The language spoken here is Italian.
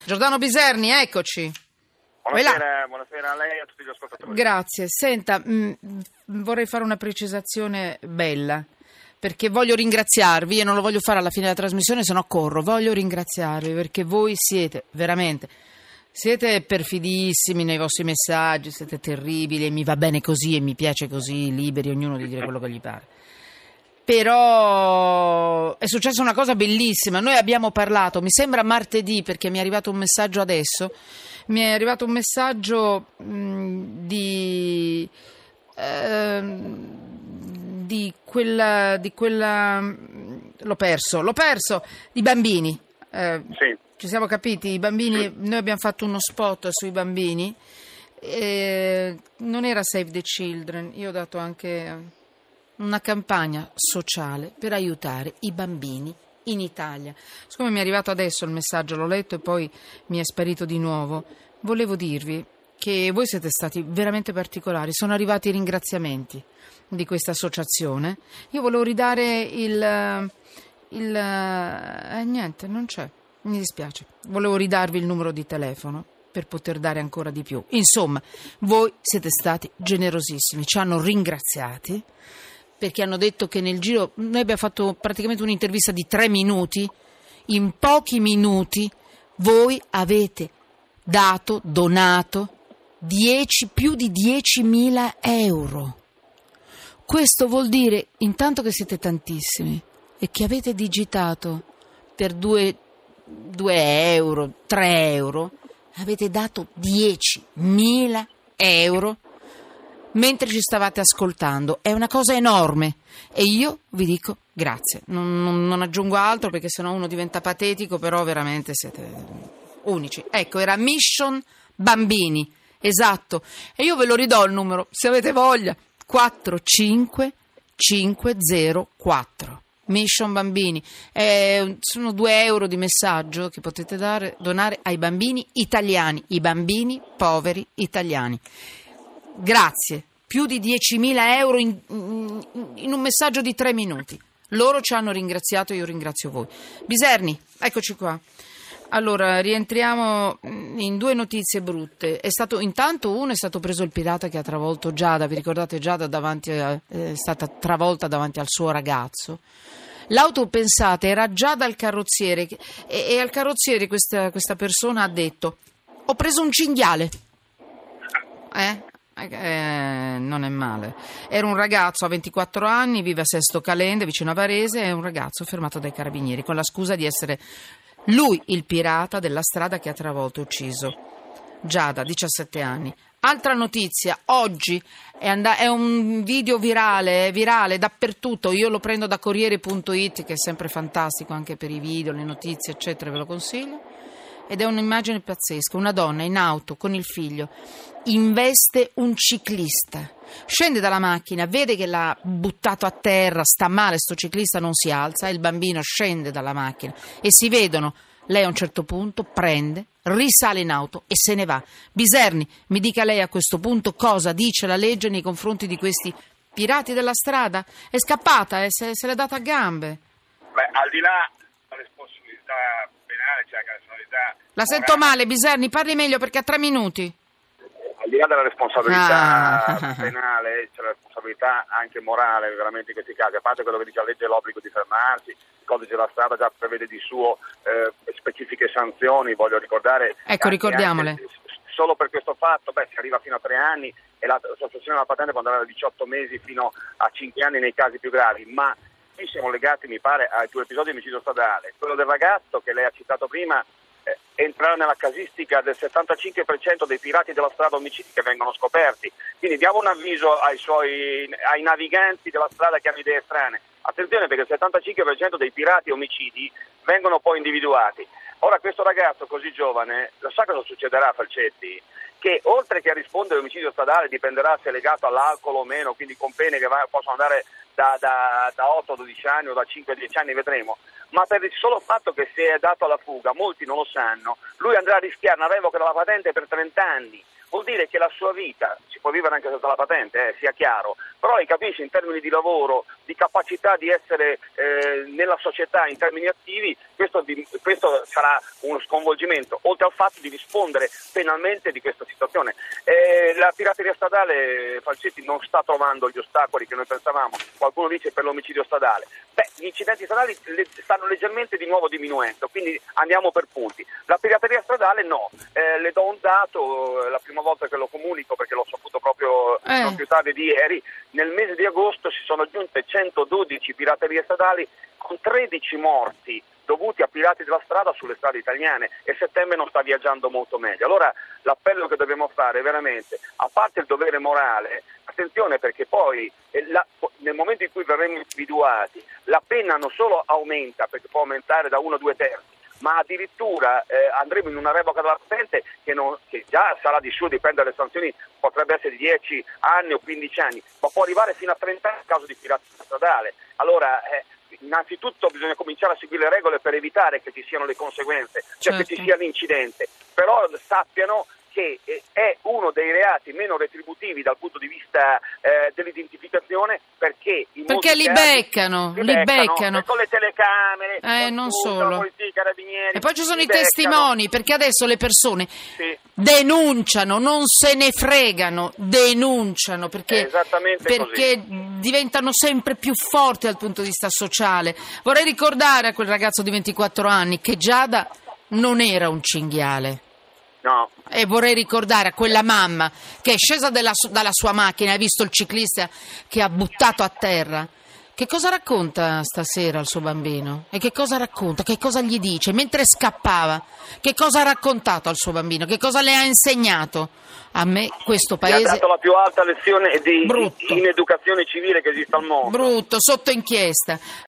Giordano Biserni, eccoci. Buonasera a lei e a tutti gli ascoltatori. Grazie. Senta, vorrei fare una precisazione bella, perché voglio ringraziarvi e non lo voglio fare alla fine della trasmissione, se no corro. Voglio ringraziarvi perché voi siete perfidissimi nei vostri messaggi, siete terribili e mi va bene così e mi piace così, liberi ognuno di dire quello che gli pare. Però è successa una cosa bellissima. Noi abbiamo parlato, mi sembra martedì, perché mi è arrivato un messaggio adesso. Mi è arrivato un messaggio di quella l'ho perso di bambini. Sì. Ci siamo capiti, i bambini. Noi abbiamo fatto uno spot sui bambini. Non era Save the Children, io ho dato anche una campagna sociale per aiutare i bambini in Italia. Siccome mi è arrivato adesso il messaggio, l'ho letto e poi mi è sparito di nuovo, volevo dirvi che voi siete stati veramente particolari. Sono arrivati i ringraziamenti di questa associazione. Io volevo ridare niente, non c'è, mi dispiace. Volevo ridarvi il numero di telefono per poter dare ancora di più. Insomma, voi siete stati generosissimi, ci hanno ringraziati perché hanno detto che nel giro, noi abbiamo fatto praticamente un'intervista di 3 minuti, in pochi minuti voi avete donato più di 10.000 euro. Questo vuol dire intanto che siete tantissimi e che avete digitato per 2 euro, 3 euro, avete dato 10.000 euro mentre ci stavate ascoltando. È una cosa enorme e io vi dico grazie. Non aggiungo altro perché sennò uno diventa patetico, però veramente siete unici. Ecco, era Mission Bambini, esatto, e io ve lo ridò il numero se avete voglia: 45504 Mission Bambini. Sono 2 euro di messaggio che potete donare ai bambini italiani, i bambini poveri italiani. Grazie, più di 10.000 euro in un messaggio di 3 minuti. Loro ci hanno ringraziato e io ringrazio voi. Biserni, eccoci qua. Allora, rientriamo in 2 notizie brutte. Intanto uno è stato preso il pirata che ha travolto Giada. Vi ricordate Giada è stata travolta davanti al suo ragazzo? L'auto, pensate, era già dal carrozziere e al carrozziere questa persona ha detto: ho preso un cinghiale. Non è male. Era un ragazzo, ha 24 anni, vive a Sesto Calende, vicino a Varese. È un ragazzo fermato dai carabinieri con la scusa di essere lui il pirata della strada che ha travolto e ucciso Giada, 17 anni. Altra notizia, oggi è un video virale dappertutto. Io lo prendo da Corriere.it, che è sempre fantastico anche per i video, le notizie eccetera, ve lo consiglio. Ed è un'immagine pazzesca, una donna in auto con il figlio investe un ciclista, scende dalla macchina, vede che l'ha buttato a terra, sta male, sto ciclista non si alza e il bambino scende dalla macchina e si vedono. Lei a un certo punto prende, risale in auto e se ne va. Biserni, mi dica lei a questo punto cosa dice la legge nei confronti di questi pirati della strada? È scappata, se l'è data a gambe. Beh, al di là della responsabilità penale c'è anche la responsabilità. La sento male, Biserni, parli meglio perché ha 3 minuti. Al di là della responsabilità penale c'è la responsabilità anche morale veramente in questi casi. A parte quello che dice la legge, l'obbligo di fermarsi, il codice della strada già prevede di suo specifiche sanzioni, voglio ricordare. Ecco, ricordiamole. Solo per questo fatto, si arriva fino a 3 anni e la sospensione della patente può andare da 18 mesi fino a 5 anni nei casi più gravi, ma qui siamo legati, mi pare, ai 2 episodi di omicidio stradale. Quello del ragazzo che lei ha citato prima entrare nella casistica del 75% dei pirati della strada omicidi che vengono scoperti. Quindi diamo un avviso ai naviganti della strada che hanno idee strane. Attenzione, perché il 75% dei pirati omicidi vengono poi individuati. Ora questo ragazzo così giovane, lo sa cosa succederà a Falcetti? Che oltre che a rispondere all'omicidio stradale dipenderà se è legato all'alcol o meno, quindi con pene che possono andare da 8 a 12 anni o da 5 a 10 anni, vedremo. Ma per il solo fatto che si è dato alla fuga, molti non lo sanno, lui andrà a rischiare una revoca della patente per 30 anni. vuol dire che la sua vita, si può vivere anche senza la patente, sia chiaro, però capisci in termini di lavoro, di capacità di essere nella società in termini attivi, questo sarà uno sconvolgimento, oltre al fatto di rispondere penalmente di questa situazione. La pirateria stradale, Falcetti, non sta trovando gli ostacoli che noi pensavamo, qualcuno dice per l'omicidio stradale. Gli incidenti stradali stanno leggermente di nuovo diminuendo, quindi andiamo per punti. La pirateria stradale no, le do un dato, la prima volta che lo comunico perché l'ho saputo proprio non più tardi di ieri, nel mese di agosto si sono aggiunte 112 piraterie stradali con 13 morti dovuti a pirati della strada sulle strade italiane, e settembre non sta viaggiando molto meglio. Allora l'appello che dobbiamo fare è veramente, a parte il dovere morale, attenzione, perché poi nel momento in cui verremo individuati la pena non solo aumenta, perché può aumentare da 1 a 2 terzi, ma addirittura andremo in una revoca della patente che già sarà di suo, dipende dalle sanzioni, potrebbe essere 10 anni o 15 anni, ma può arrivare fino a 30 anni in caso di pirateria stradale. Allora innanzitutto bisogna cominciare a seguire le regole per evitare che ci siano le conseguenze, cioè che ci sia l'incidente, però sappiano che è uno dei reati meno retributivi dal punto di vista dell'identificazione, perché li beccano con le telecamere, non tutto, solo la polizia, i carabinieri, e poi ci sono i testimoni, perché adesso le persone denunciano, non se ne fregano, denunciano perché diventano sempre più forti dal punto di vista sociale. Vorrei ricordare a quel ragazzo di 24 anni che Giada non era un cinghiale. No. E vorrei ricordare a quella mamma che è scesa dalla sua macchina e ha visto il ciclista che ha buttato a terra. Che cosa racconta stasera al suo bambino? E che cosa racconta? Che cosa gli dice? Mentre scappava, che cosa ha raccontato al suo bambino? Che cosa le ha insegnato? A me questo paese... Gli ha dato la più alta lezione in educazione civile che esista al mondo. Brutto, sotto inchiesta.